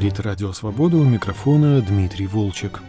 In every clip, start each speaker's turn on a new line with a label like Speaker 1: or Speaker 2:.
Speaker 1: Говорит Радио Свобода, у микрофона Дмитрий Волчек.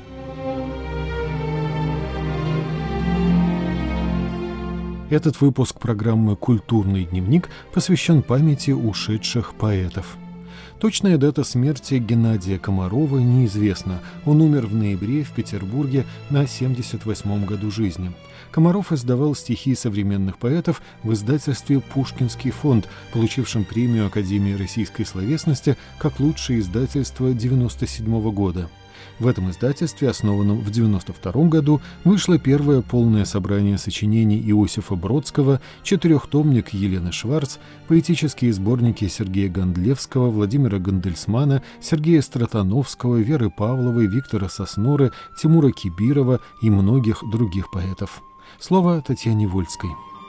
Speaker 1: Этот выпуск программы «Культурный дневник» посвящен памяти ушедших поэтов. Точная дата смерти Геннадия Комарова неизвестна. Он умер в ноябре в Петербурге на 78-м году жизни. Комаров издавал стихи современных поэтов в издательстве «Пушкинский фонд», получившем премию Академии российской словесности как лучшее издательство 1997 года. В этом издательстве, основанном в 1992 году, вышло первое полное собрание сочинений Иосифа Бродского, четырехтомник Елены Шварц, поэтические сборники Сергея Гондлевского, Владимира Гондельсмана, Сергея Стратановского, Веры Павловой, Виктора Сосноры, Тимура Кибирова и многих других поэтов. Слово Татьяне Вольской.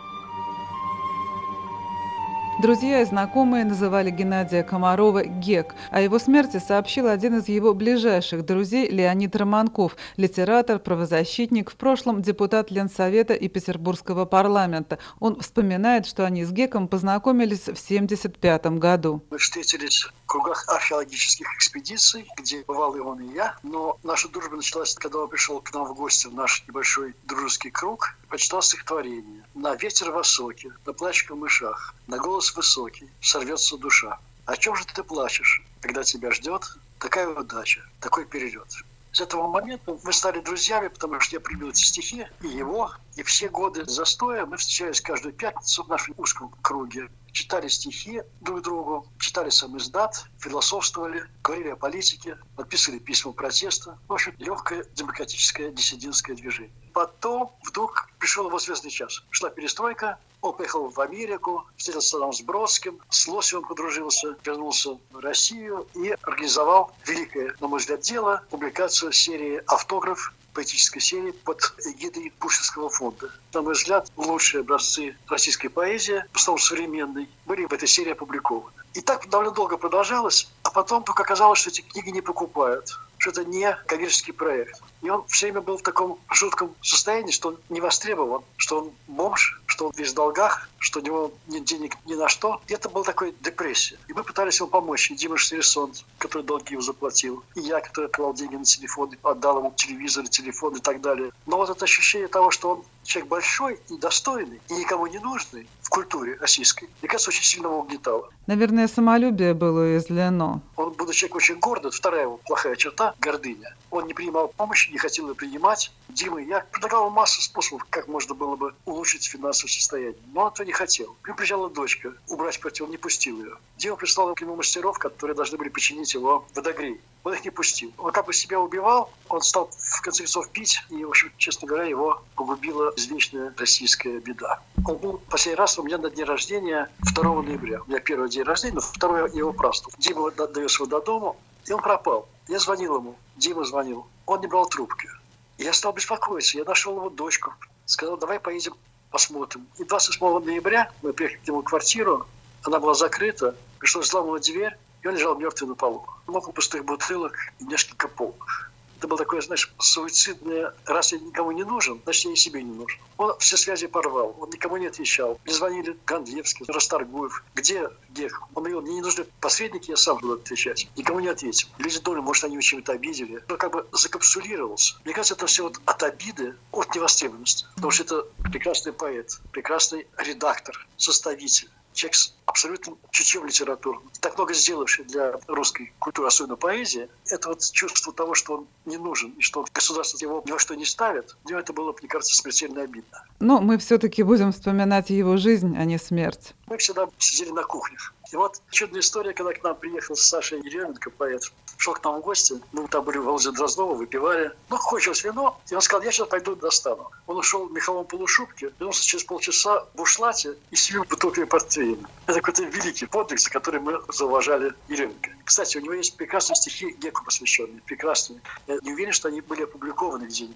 Speaker 2: Друзья и знакомые называли Геннадия Комарова «Гек». О его смерти сообщил один из его ближайших друзей Леонид Романков, литератор, правозащитник, в прошлом депутат Ленсовета и Петербургского парламента. Он вспоминает, что они с Геком познакомились в 1975 году.
Speaker 3: Мы встретились в кругах археологических экспедиций, где бывал и он, и я. Но наша дружба началась, когда он пришел к нам в гости в наш небольшой дружеский круг, прочитал стихотворение: «На ветер в осоке, на плачка в мышах, на голос высокий, сорвется душа. О чем же ты плачешь, когда тебя ждет такая удача, такой перелет?» С этого момента мы стали друзьями, потому что я принял эти стихи, и его, и все годы застоя мы встречались каждую пятницу в нашем узком круге. Читали стихи друг другу, читали сам издат, философствовали, говорили о политике, подписывали письма протеста. В общем, легкое демократическое диссидентское движение. Потом вдруг пришел его звездный час. Шла перестройка, он поехал в Америку, встретился там с Бродским, с Лосевым подружился, вернулся в Россию и организовал великое, на мой взгляд, дело, публикацию серии «Автограф», поэтической серии под эгидой Пушкинского фонда. На мой взгляд, лучшие образцы российской поэзии, в основном современной, были в этой серии опубликованы. И так довольно долго продолжалось, а потом только оказалось, что эти книги не покупают, что это не коммерческий проект. И он все время был в таком жутком состоянии, что он не востребован, что он бомж, что он весь в долгах, что у него нет денег ни на что. И это была такая депрессия. И мы пытались ему помочь. И Дима Штерсон, который долги его заплатил, и я, который отдавал деньги на телефон, отдал ему телевизор, телефон и так далее. Но вот это ощущение того, что он человек большой и достойный, и никому не нужный в культуре российской, мне кажется, очень сильно его угнетало.
Speaker 2: Наверное, самолюбие было уязвлено.
Speaker 3: Он, будучи человек очень гордый, вторая его плохая черта – гордыня. Он не принимал помощи, не хотел ее принимать. Дима, я предлагал массу способов, как можно было бы улучшить финансовое состояние. Но он этого не хотел. К нему приезжала дочка. Убрать против, он не пустил ее. Дима прислал к нему мастеров, которые должны были починить его водогрей. Он их не пустил. Он как бы себя убивал. Он стал, в конце концов, пить. И, в общем, честно говоря, его погубила извечная российская беда. Он был последний раз у меня на дне рождения 2 ноября. У меня первый день рождения, но 2 его праздновал. Дима довез его до дома, и он пропал. Я звонил ему. Дима звонил. Он не брал трубки. И я стал беспокоиться. Я нашел его дочку. Сказал, давай поедем, посмотрим. И 28 ноября мы приехали к нему в квартиру. Она была закрыта. Пришлось взламывать дверь. И он лежал мертвый на полу. Много пустых бутылок и несколько полных. Это было такое, знаешь, суицидное. Раз я никому не нужен, значит, я и себе не нужен. Он все связи порвал. Он никому не отвечал. Мне звонили Гондлевский, Расторгуев. Где Гек? Он говорил, мне не нужны посредники, я сам буду отвечать. Никому не ответил. Люди думали, может, они его чем-то обидели. Он как бы закапсулировался. Мне кажется, это все вот от обиды, от невостребованности. Потому что это прекрасный поэт, прекрасный редактор, составитель. Человек с абсолютным чутьем литературным, так много сделавший для русской культуры, особенно поэзии, это вот чувство того, что он не нужен, и что государство его ни во что не ставит, мне это было, мне кажется, смертельно обидно.
Speaker 2: Но мы все-таки будем вспоминать его жизнь, а не смерть.
Speaker 3: Мы всегда сидели на кухнях. И вот чудная история, когда к нам приехал Саша Еременко, поэт, шел к нам в гости, мы там были в Володе Дроздова, выпивали. Ну, кончилось вино, и он сказал, я сейчас пойду достану. Он ушел в меховом полушубке, вернулся через полчаса в бушлате и 7 бутылками портвейна. Это какой-то великий подвиг, за который мы зауважали Еременко. Кстати, у него есть прекрасные стихи Геку посвященные, прекрасные. Я не уверен, что они были опубликованы где-нибудь.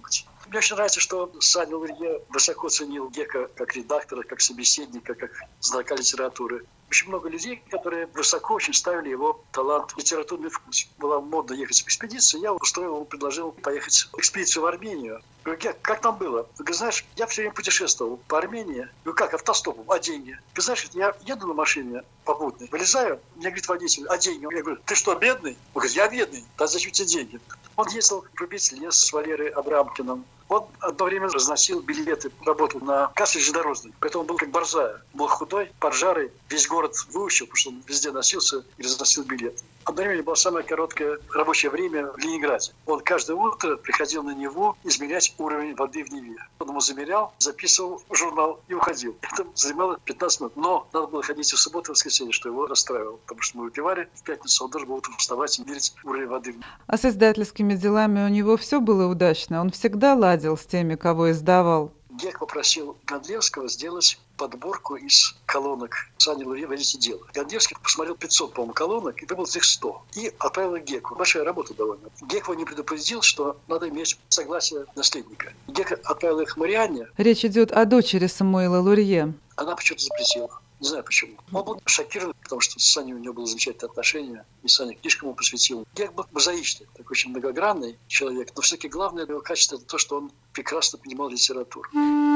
Speaker 3: Мне очень нравится, что Саня Лурье высоко ценил Гека как редактора, как собеседника, как знатока литературы. Очень много людей, которые высоко очень ставили его талант, литературный вкус. Было модно ехать в экспедицию, я устроил ему, предложил поехать в экспедицию в Армению. Говорю, Гек, как там было? Он говорит, знаешь, я все время путешествовал по Армении. Говорю, как, автостопом? А деньги? Ты знаешь, я еду на машине попутной, вылезаю, мне говорит водитель, а деньги? Я говорю, ты что, бедный? Он говорит, я бедный, да зачем тебе деньги? Он ездил рубить лес с Валерой Абрамкиным. Он одно время разносил билеты, работал на кассе железнодорожной. Поэтому он был как борзая. Был худой, поджарый, весь город выучил, потому что он везде носился и разносил билеты. Одно время было самое короткое рабочее время в Ленинграде. Он каждое утро приходил на Неву измерять уровень воды в Неве. Он ему замерял, записывал в журнал и уходил. Это занимало 15 минут. Но надо было ходить в субботу и воскресенье, что его расстраивало. Потому что мы выпивали, в пятницу он должен был утром вставать и мерить уровень воды.
Speaker 2: А с издательскими делами у него все было удачно? Он всегда ладил с теми, кого издавал?
Speaker 3: Гек попросил Гондлевского сделать подборку из колонок Сани Лурье «Великое дело». Гондлевский посмотрел 500, по-моему, колонок и выбрал их 100. И отправил их Геку. Большая работа довольно. Гек его не предупредил, что надо иметь согласие наследника. Гек отправил их Марианне.
Speaker 2: Речь идет о дочери Самуила Лурье.
Speaker 3: Она почему-то запретила. Не знаю почему. Он был шокирован, потому что с Саней у него было замечательное отношение, и Саня книжку ему посвятил. Гек был мозаичный, такой очень многогранный человек, но все-таки главное его качество – это то, что он прекрасно понимал литературу.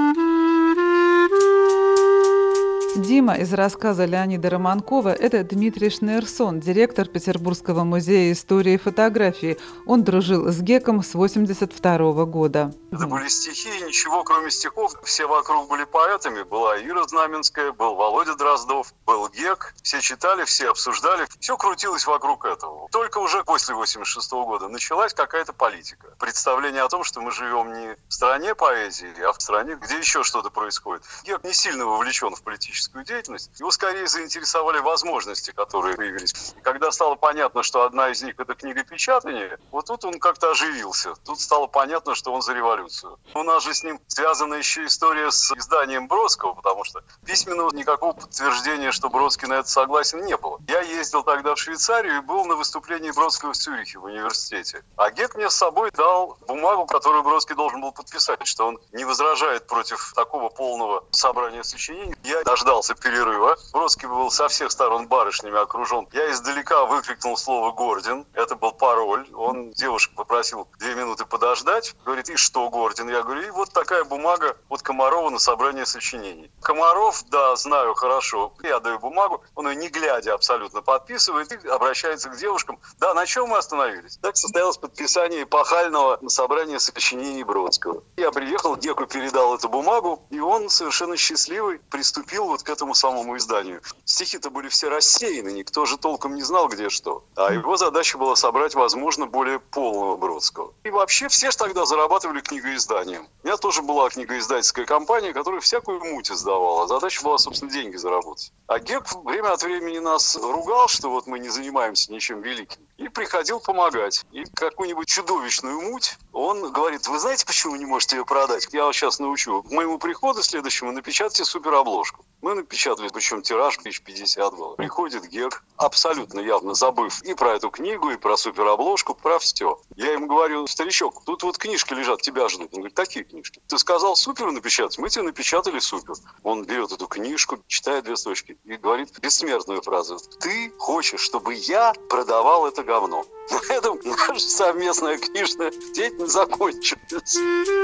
Speaker 2: Дима из рассказа Леонида Романкова – это Дмитрий Шнейрсон, директор Петербургского музея истории и фотографии. Он дружил с Геком с 1982 года.
Speaker 4: Это были стихи, ничего кроме стихов. Все вокруг были поэтами. Была Ира Знаменская, был Володя Дроздов, был Гек. Все читали, все обсуждали. Все крутилось вокруг этого. Только уже после 1986 года началась какая-то политика. Представление о том, что мы живем не в стране поэзии, а в стране, где еще что-то происходит. Гек не сильно вовлечен в политическую деятельность. Его скорее заинтересовали возможности, которые появились. И когда стало понятно, что одна из них – это книгопечатание, вот тут он как-то оживился. Тут стало понятно, что он за революцию. У нас же с ним связана еще история с изданием Бродского, потому что письменного никакого подтверждения, что Бродский на это согласен, не было. Я ездил тогда в Швейцарию и был на выступлении Бродского в Цюрихе, в университете. А Гек мне с собой дал бумагу, которую Бродский должен был подписать, что он не возражает против такого полного собрания сочинений. Я дождался перерыва. Бродский был со всех сторон барышнями окружен. Я издалека выкрикнул слово «Гордин». Это был пароль. Он девушек попросил 2 минуты подождать. Говорит, и что, Гордин? Я говорю, и вот такая бумага от Комарова на собрание сочинений. Комаров, да, знаю хорошо. Я даю бумагу, он ее не глядя абсолютно подписывает и обращается к девушкам. Да, на чем мы остановились? Так состоялось подписание эпохального собрания сочинений Бродского. Я приехал, Геку передал эту бумагу, и он совершенно счастливый приступил вот к этому самому изданию. Стихи-то были все рассеяны, никто же толком не знал, где что. А его задача была собрать, возможно, более полного Бродского. И вообще все ж тогда зарабатывали книгоизданием. У меня тоже была книгоиздательская компания, которая всякую муть издавала. Задача была, собственно, деньги заработать. А Гек время от времени нас ругал, что вот мы не занимаемся ничем великим. И приходил помогать. И какую-нибудь чудовищную муть он говорит, вы знаете, почему вы не можете ее продать? Я вас сейчас научу. К моему приходу следующему напечатайте суперобложку. Мы напечатали, причем тираж 1050 был. Приходит Гек, абсолютно явно забыв и про эту книгу, и про суперобложку, про все. Я ему говорю, старичок, тут вот книжки лежат, тебя ждут. Он говорит, какие книжки? Ты сказал супер напечатать, мы тебе напечатали супер. Он берет эту книжку, читает 2 строчки и говорит бессмертную фразу. Ты хочешь, чтобы я продавал это говно? На этом наша совместная книжная деятельность закончилась.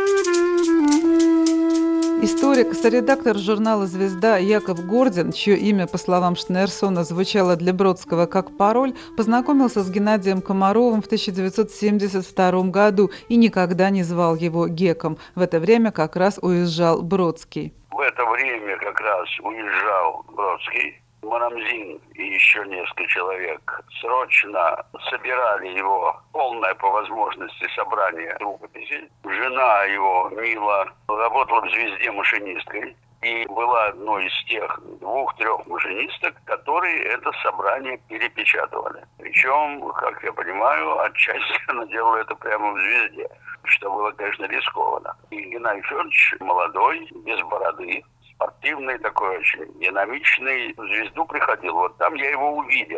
Speaker 2: Историк, соредактор журнала «Звезда» Яков Гордин, чье имя, по словам Шнейрсона, звучало для Бродского как пароль, познакомился с Геннадием Комаровым в 1972 году и никогда не звал его Геком. В это время как раз уезжал Бродский.
Speaker 5: В это время как раз уезжал Бродский. Марамзин и еще несколько человек срочно собирали его, полное по возможности собрание рукописей. Жена его, Мила, работала в «Звезде» машинисткой и была одной из тех 2-3 машинисток, которые это собрание перепечатывали. Причем, как я понимаю, отчасти она делала это прямо в «Звезде», что было, конечно, рискованно. И Геннадий Федорович молодой, без бороды, спортивный такой, очень динамичный, в «Звезду» приходил. Вот там я его увидел.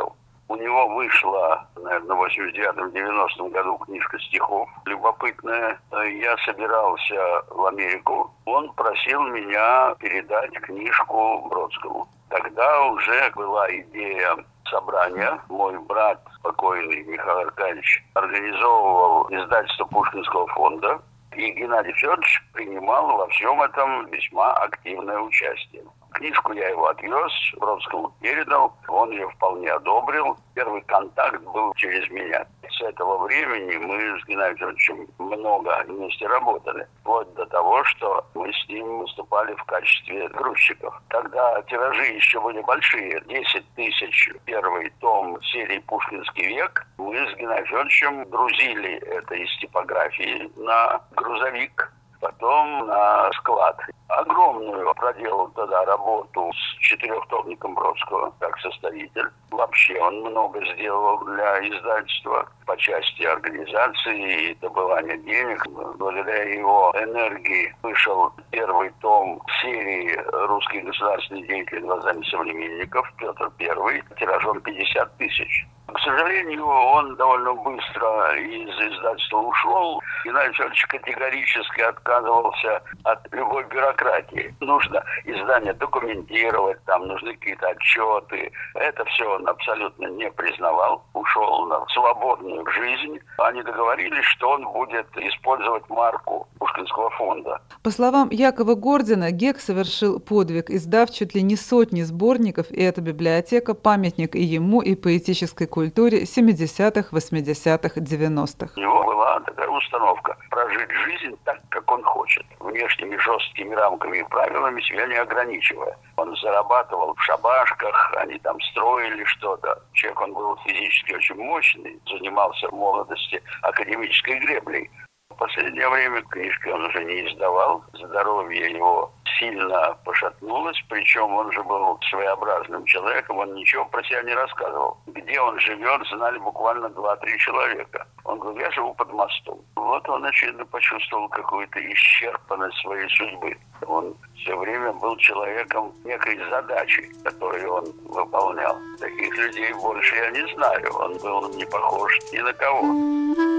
Speaker 5: У него вышла, наверное, в 89-90 году книжка стихов любопытная. Я собирался в Америку. Он просил меня передать книжку Бродскому. Тогда уже была идея собрания. Мой брат, покойный Михаил Аркадьевич, организовывал издательство Пушкинского фонда. И Геннадий Федорович принимал во всем этом весьма активное участие. Книжку я его отвез, Бродскому передал, он ее вполне одобрил. Первый контакт был через меня. С этого времени мы с Геннадием Федоровичем много вместе работали. Вплоть до того, что мы с ним выступали в качестве грузчиков. Тогда тиражи еще были большие. 10 тысяч первый том серии «Пушкинский век». Мы с Геннадием Федоровичем грузили это из типографии на грузовик, потом на склад. Огромную проделал тогда работу с четырехтомником Бродского, как составитель. Вообще он много сделал для издательства по части организации и добывания денег. Благодаря его энергии вышел первый том серии «Русские государственные деятели глазами современников» Петр I, тиражом 50 тысяч. К сожалению, он довольно быстро из издательства ушел. Геннадий Федорович категорически отказывался от любой бюрократии. Нужно издание документировать, там нужны какие-то отчеты. Это все он абсолютно не признавал. Ушел на свободную жизнь. Они договорились, что он будет использовать марку Пушкинского фонда.
Speaker 2: По словам Якова Гордина, Гек совершил подвиг, издав чуть ли не сотни сборников, и эта библиотека – памятник и ему, и поэтической культуре 70-х, 80-х, 90-х.
Speaker 5: У него была такая установка – прожить жизнь так, как он хочет, внешними жесткими рамками и правилами себя не ограничивая. Он зарабатывал в шабашках, они там строили что-то. Человек, он был физически очень мощный, занимался в молодости академической греблей. В последнее время книжки он уже не издавал, здоровье его сильно пошатнулось, причем он же был своеобразным человеком, он ничего про себя не рассказывал. Где он живет, знали буквально 2-3 человека. Он говорил, я живу под мостом. Вот он, очевидно, почувствовал какую-то исчерпанность своей судьбы. Он все время был человеком некой задачи, которую он выполнял. Таких людей больше я не знаю. Он был не похож ни на кого.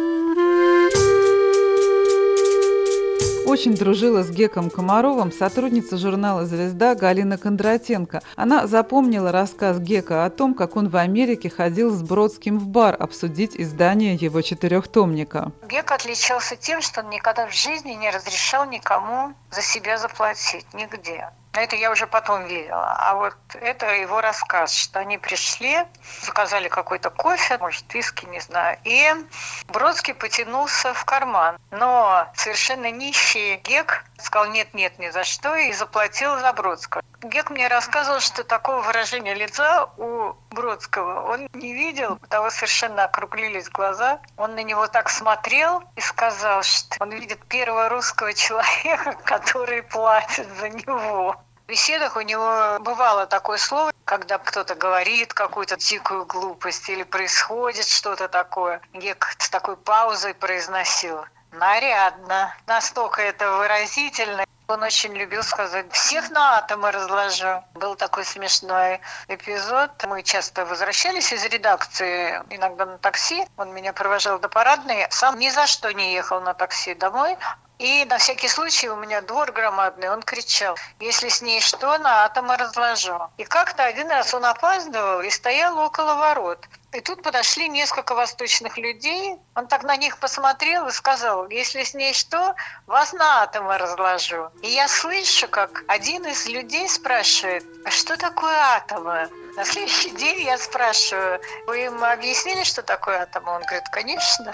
Speaker 2: Очень дружила с Геком Комаровым сотрудница журнала «Звезда» Галина Кондратенко. Она запомнила рассказ Гека о том, как он в Америке ходил с Бродским в бар обсудить издание его четырехтомника.
Speaker 6: Гек отличался тем, что он никогда в жизни не разрешал никому за себя заплатить, нигде. Это я уже потом видела. А вот это его рассказ, что они пришли, заказали какой-то кофе, может, виски, не знаю, и Бродский потянулся в карман. Но совершенно нищий Гек сказал нет, ни за что, и заплатил за Бродского. Гек мне рассказывал, что такого выражения лица у Бродского он не видел, у того совершенно округлились глаза. Он на него так смотрел и сказал, что он видит первого русского человека, который платит за него. В беседах у него бывало такое слово, когда кто-то говорит какую-то дикую глупость или происходит что-то такое. Гек с такой паузой произносил «нарядно». Настолько это выразительно. Он очень любил сказать «всех на атомы разложу». Был такой смешной эпизод. Мы часто возвращались из редакции, иногда на такси. Он меня провожал до парадной. Сам ни за что не ехал на такси домой. И на всякий случай у меня двор громадный, он кричал, если с ней что, на атомы разложу. И как-то один раз он опаздывал и стоял около ворот. И тут подошли несколько восточных людей, он так на них посмотрел и сказал, если с ней что, вас на атомы разложу. И я слышу, как один из людей спрашивает, а что такое атомы? На следующий день я спрашиваю, вы им объяснили, что такое атомы? Он говорит, конечно.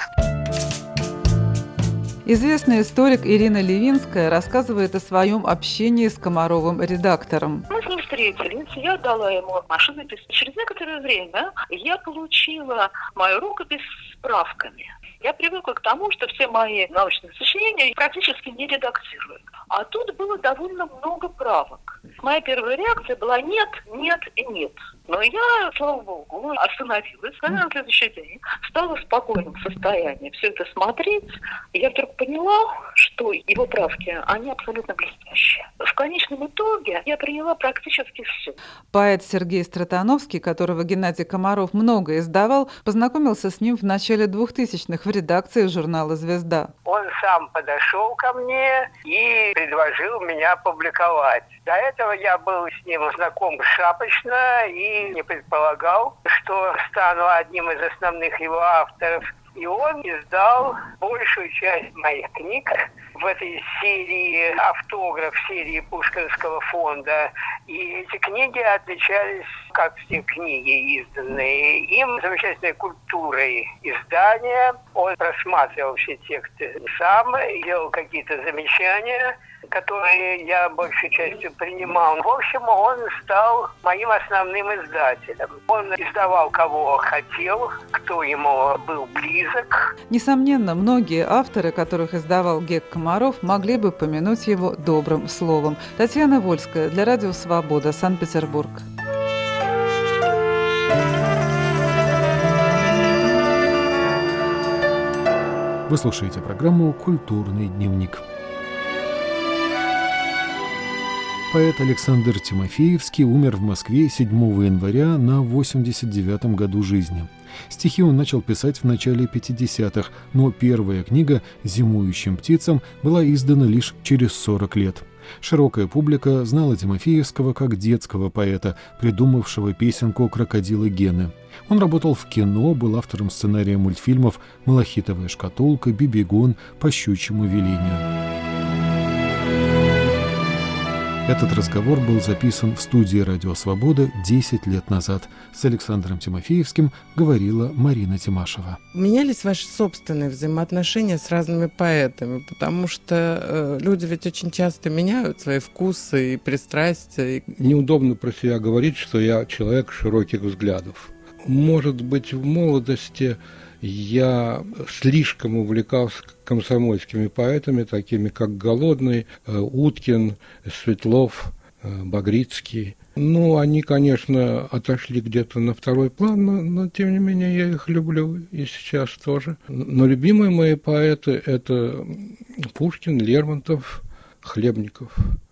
Speaker 2: Известный историк Ирина Левинская рассказывает о своем общении с Комаровым-редактором.
Speaker 7: Мы с ним встретились, я дала ему машинопись. Через некоторое время я получила мою рукопись с справками. Я привыкла к тому, что все мои научные сочинения практически не редактируют. А тут было довольно много правок. Моя первая реакция была нет, нет и нет. Но я, слава богу, остановилась. На следующий день стала в спокойном состоянии все это смотреть. И я вдруг поняла, что его правки, они абсолютно блестящие. В конечном итоге я приняла практически все.
Speaker 2: Поэт Сергей Стратановский, которого Геннадий Комаров много издавал, познакомился с ним в начале 2000-х в редакции журнала «Звезда».
Speaker 8: Он сам подошел ко мне и предложил меня публиковать. До этого я был с ним знаком шапочно и не предполагал, что стану одним из основных его авторов. И он издал большую часть моих книг в этой серии «Автограф», серии Пушкинского фонда. И эти книги отличались, как все книги изданные, им замечательной культурой издания. Он просматривал все тексты сам, делал какие-то замечания, которые я большей частью принимал. В общем, он стал моим основным издателем. Он издавал кого хотел, кто ему был близок.
Speaker 2: Несомненно, многие авторы, которых издавал Гек Комаров, могли бы помянуть его добрым словом. Татьяна Вольская для Радио Свобода, Санкт-Петербург.
Speaker 1: Вы слушаете программу «Культурный дневник». Поэт Александр Тимофеевский умер в Москве 7 января на 89-м году жизни. Стихи он начал писать в начале 50-х, но первая книга «Зимующим птицам» была издана лишь через 40 лет. Широкая публика знала Тимофеевского как детского поэта, придумавшего песенку «Крокодила Гены». Он работал в кино, был автором сценария мультфильмов «Малахитовая шкатулка», «Бибигон», «По щучьему велению». Этот разговор был записан в студии «Радио Свобода» 10 лет назад. С Александром Тимофеевским говорила Марина Тимашева.
Speaker 9: Менялись ваши собственные взаимоотношения с разными поэтами? Потому что люди ведь очень часто меняют свои вкусы и пристрастия.
Speaker 10: Неудобно про себя говорить, что я человек широких взглядов. Может быть, в молодости я слишком увлекался комсомольскими поэтами, такими как Голодный, Уткин, Светлов, Багрицкий. Ну, они, конечно, отошли где-то на второй план, но тем не менее я их люблю и сейчас тоже. Но любимые мои поэты – это Пушкин, Лермонтов, Хлебников.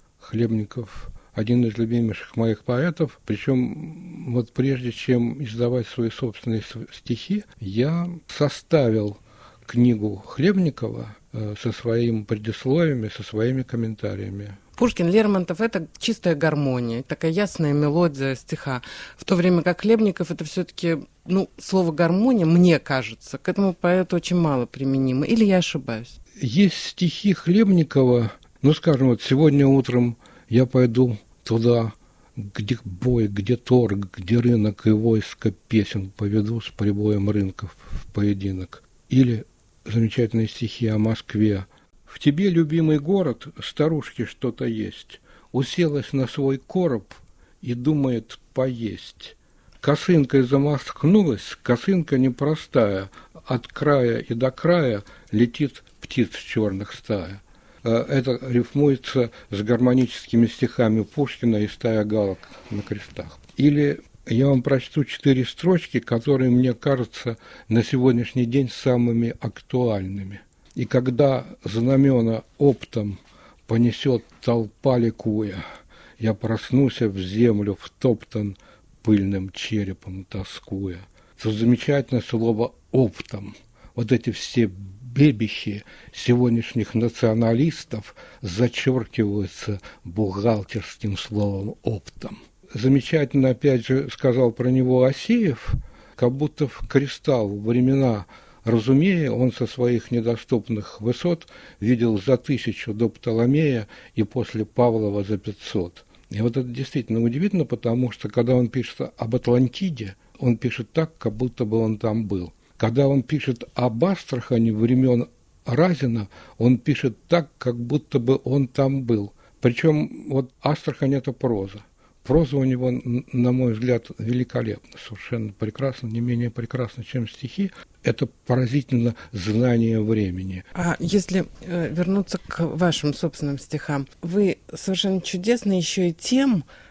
Speaker 10: Один из любимейших моих поэтов. Причем вот прежде чем издавать свои собственные стихи, я составил книгу Хлебникова со своими предисловиями, со своими комментариями.
Speaker 9: Пушкин, Лермонтов – это чистая гармония, такая ясная мелодия стиха. В то время как Хлебников – это все-таки, слово «гармония», мне кажется, к этому поэту очень мало применимо. Или я ошибаюсь?
Speaker 10: Есть стихи Хлебникова, скажем, вот сегодня утром я пойду туда, где бой, где торг, где рынок и войско песен поведу с прибоем рынков в поединок. Или замечательные стихи о Москве. В тебе, любимый город, старушки что-то есть. Уселась на свой короб и думает поесть. Косынкой замахнулась, косынка непростая. От края и до края летит птиц черных стая. Это рифмуется с гармоническими стихами Пушкина и «Стая галок на крестах». Или я вам прочту 4 строчки, которые, мне кажутся, на сегодняшний день самыми актуальными. «И когда знамена оптом понесет толпа ликуя, я проснусь в землю втоптан пыльным черепом тоскуя». Это замечательное слово «оптом». Вот эти все бебихи сегодняшних националистов зачеркиваются бухгалтерским словом «оптом». Замечательно, опять же, сказал про него Асеев, как будто в кристалл времена Разумея он со своих недоступных высот видел за 1000 до Птоломея и после Павлова за 500. И вот это действительно удивительно, потому что когда он пишет об Атлантиде, он пишет так, как будто бы он там был. Когда он пишет об Астрахани времен Разина, он пишет так, как будто бы он там был. Причем вот Астрахань – это проза. Проза у него, на мой взгляд, великолепна, совершенно прекрасна, не менее прекрасна, чем стихи. Это поразительно знание времени.
Speaker 9: А если вернуться к вашим собственным стихам, вы совершенно чудесны еще и тем,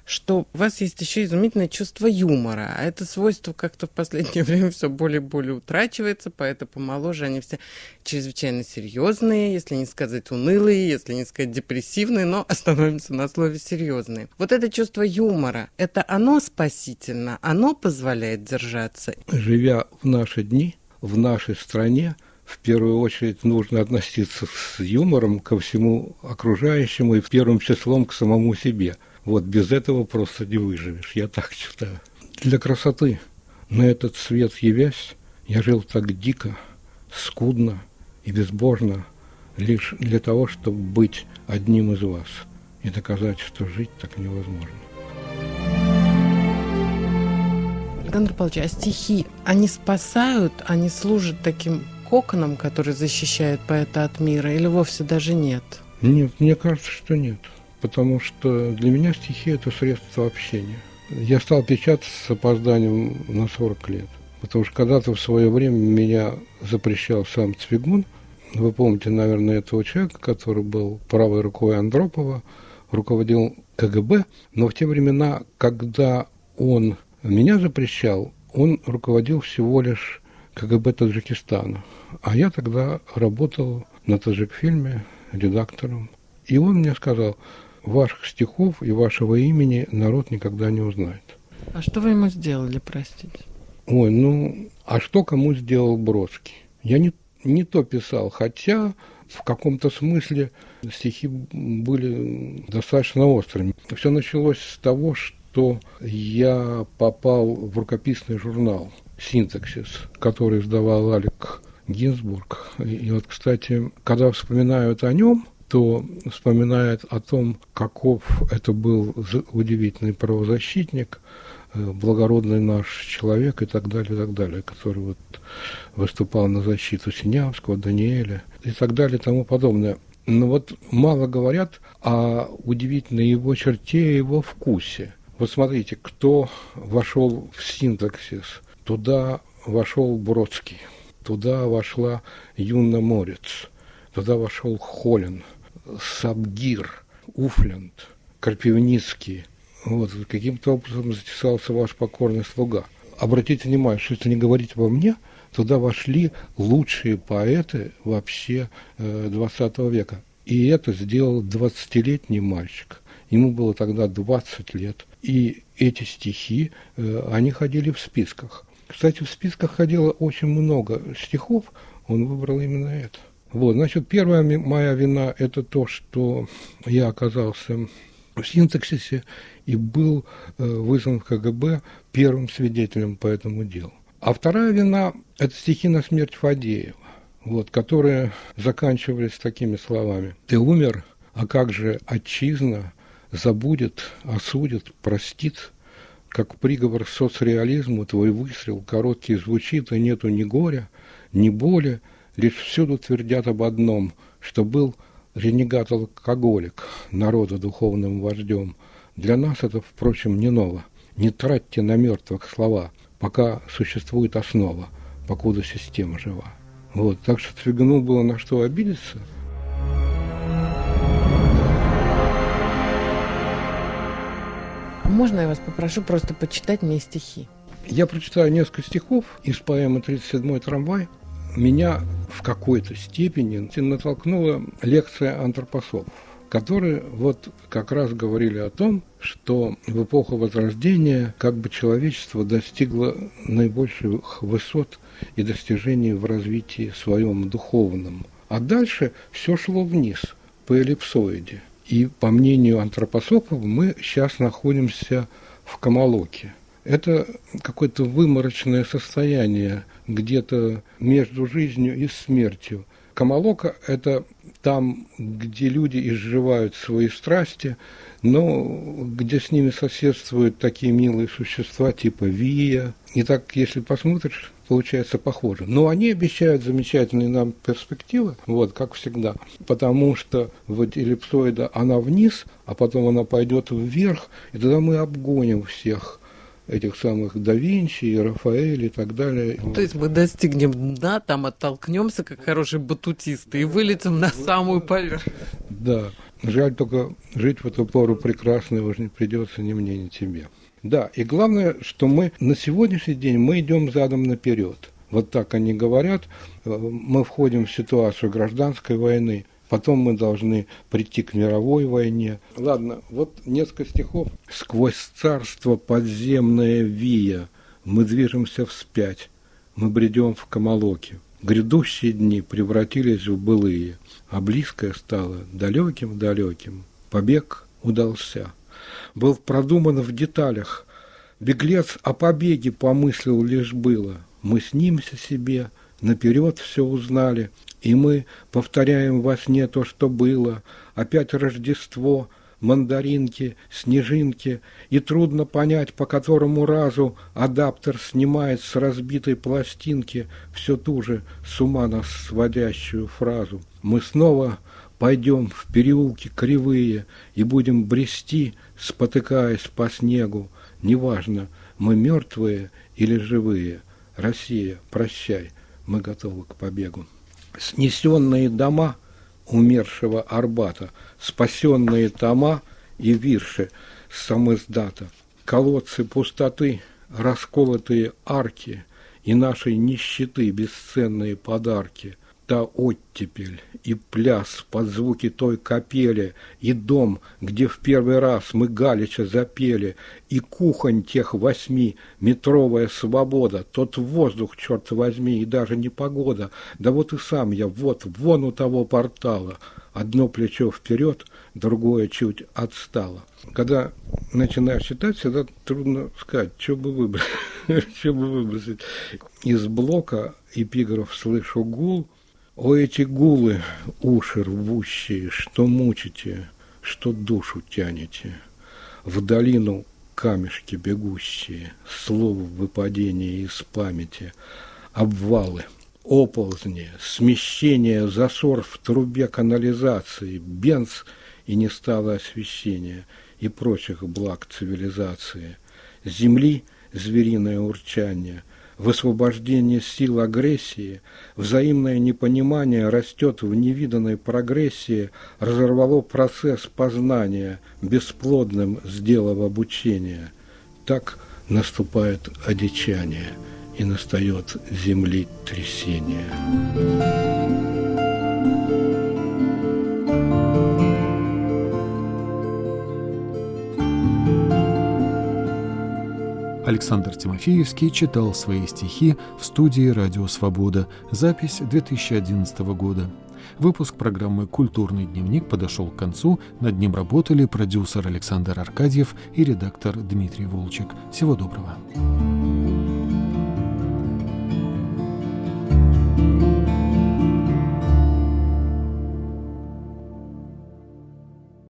Speaker 9: что у вас есть еще изумительное чувство юмора, а это свойство как-то в последнее время все более и более утрачивается, поэты помоложе, они все чрезвычайно серьезные, если не сказать унылые, если не сказать депрессивные, но остановимся на слове серьезные. Вот это чувство юмора, это оно спасительно, оно позволяет держаться.
Speaker 10: Живя в наши дни, в нашей стране, в первую очередь нужно относиться с юмором ко всему окружающему и первым числом к самому себе. Вот без этого просто не выживешь, я так считаю. Для красоты на этот свет явясь, я жил так дико, скудно и безбожно, лишь для того, чтобы быть одним из вас и доказать, что жить так невозможно.
Speaker 9: Александр Павлович, а стихи, они спасают, они служат таким коконом, который защищает поэта от мира, или вовсе даже нет?
Speaker 10: Нет, мне кажется, что нет. Потому что для меня стихи – это средство общения. Я стал печатать с опозданием на 40 лет. Потому что когда-то в свое время меня запрещал сам Цвигун. Вы помните, наверное, этого человека, который был правой рукой Андропова, руководил КГБ. Но в те времена, когда он меня запрещал, он руководил всего лишь КГБ Таджикистана. А я тогда работал на Таджикфильме редактором. И он мне сказал: ваших стихов и вашего имени народ никогда не узнает.
Speaker 9: А что вы ему сделали, простите?
Speaker 10: Ой, а что кому сделал Бродский? Я не то писал, хотя в каком-то смысле стихи были достаточно острыми. Все началось с того, что я попал в рукописный журнал «Синтаксис», который издавал Алек Гинзбург. И вот, кстати, когда вспоминают о нем, то вспоминает о том, каков это был удивительный правозащитник, благородный наш человек и так далее, который вот выступал на защиту Синявского, Даниэля и так далее и тому подобное. Но вот мало говорят о удивительной его черте и его вкусе. Вот смотрите, кто вошел в «Синтаксис», туда вошел Бродский, туда вошла Юнна Морец, туда вошел Холин, Сабгир, Уфленд, Крапивницкий. Вот, каким-то образом затесался ваш покорный слуга. Обратите внимание, что если не говорить обо мне, туда вошли лучшие поэты вообще 20 века. И это сделал 20-летний мальчик. Ему было тогда 20 лет. И эти стихи, они ходили в списках. Кстати, в списках ходило очень много стихов, он выбрал именно это. Вот, значит, первая моя вина – это то, что я оказался в «Синтаксисе» и был вызван в КГБ первым свидетелем по этому делу. А вторая вина – это стихи на смерть Фадеева, вот, которые заканчивались такими словами: «Ты умер, а как же отчизна забудет, осудит, простит, как приговор соцреализму твой выстрел короткий звучит, и нету ни горя, ни боли, лишь всюду твердят об одном, что был ренегат-алкоголик, народа духовным вождем. Для нас это, впрочем, не ново. Не тратьте на мертвых слова, пока существует основа, покуда система жива». Вот, так что Цвигуну было на что обидеться.
Speaker 9: Можно я вас попрошу просто почитать мне стихи?
Speaker 10: Я прочитаю несколько стихов из поэмы «37-й трамвай». Меня в какой-то степени натолкнула лекция антропософов, которые вот как раз говорили о том, что в эпоху Возрождения как бы человечество достигло наибольших высот и достижений в развитии своем духовном. А дальше все шло вниз по эллипсоиде. И по мнению антропософов мы сейчас находимся в Камалоке. Это какое-то выморочное состояние где-то между жизнью и смертью. Камалока – это там, где люди изживают свои страсти, но где с ними соседствуют такие милые существа типа Вия. И так, если посмотришь, получается похоже. Но они обещают замечательные нам перспективы, вот, как всегда, потому что вот эллипсоида, она вниз, а потом она пойдет вверх, и тогда мы обгоним всех этих самых да Винчи и Рафаэль и так далее.
Speaker 9: То есть мы достигнем дна, там оттолкнемся, как хорошие батутисты, и вылетим на самую поверхность.
Speaker 10: Да. Жаль только, жить в эту пору прекрасную уже не придется ни мне, ни тебе. Да, и главное, что мы на сегодняшний день мы идем задом наперед. Вот так они говорят, мы входим в ситуацию гражданской войны, потом мы должны прийти к мировой войне. Ладно, вот несколько стихов. «Сквозь царство подземное вия мы движемся вспять, мы бредем в камолоке. Грядущие дни превратились в былые, а близкое стало далеким-далеким. Побег удался. Был продуман в деталях. Беглец о побеге помыслил лишь было. Мы снимся себе, наперед все узнали, и мы повторяем во сне то, что было. Опять Рождество, мандаринки, снежинки, и трудно понять, по которому разу адаптер снимает с разбитой пластинки все ту же с ума нас сводящую фразу. Мы снова пойдем в переулки кривые и будем брести, спотыкаясь по снегу. Неважно, мы мертвые или живые. Россия, прощай, мы готовы к побегу. Снесенные дома умершего Арбата, спасенные тома и вирши самиздата, колодцы пустоты, расколотые арки и нашей нищеты бесценные подарки, та оттепель и пляс под звуки той капели, и дом, где в первый раз мы Галича запели, и кухонь тех 8-метровая свобода, тот воздух, черт возьми, и даже не погода, да вот и сам я, вот, вон у того портала, одно плечо вперед, другое чуть отстало. Когда начинаешь читать, всегда трудно сказать, что бы выбросить. Из блока эпиграф слышу гул. О, эти гулы, уши рвущие, что мучите, что душу тянете, в долину камешки бегущие, слово выпадения из памяти, обвалы, оползни, смещение, засор в трубе канализации, бенз и не стало освещения и прочих благ цивилизации, земли звериное урчание, высвобождение сил агрессии, взаимное непонимание растет в невиданной прогрессии, разорвало процесс познания, бесплодным сделав обучение. Так наступает одичание, и настает земли трясение.
Speaker 1: Александр Тимофеевский читал свои стихи в студии «Радио Свобода». Запись 2011 года. Выпуск программы «Культурный дневник» подошел к концу. Над ним работали продюсер Александр Аркадьев и редактор Дмитрий Волчек. Всего доброго.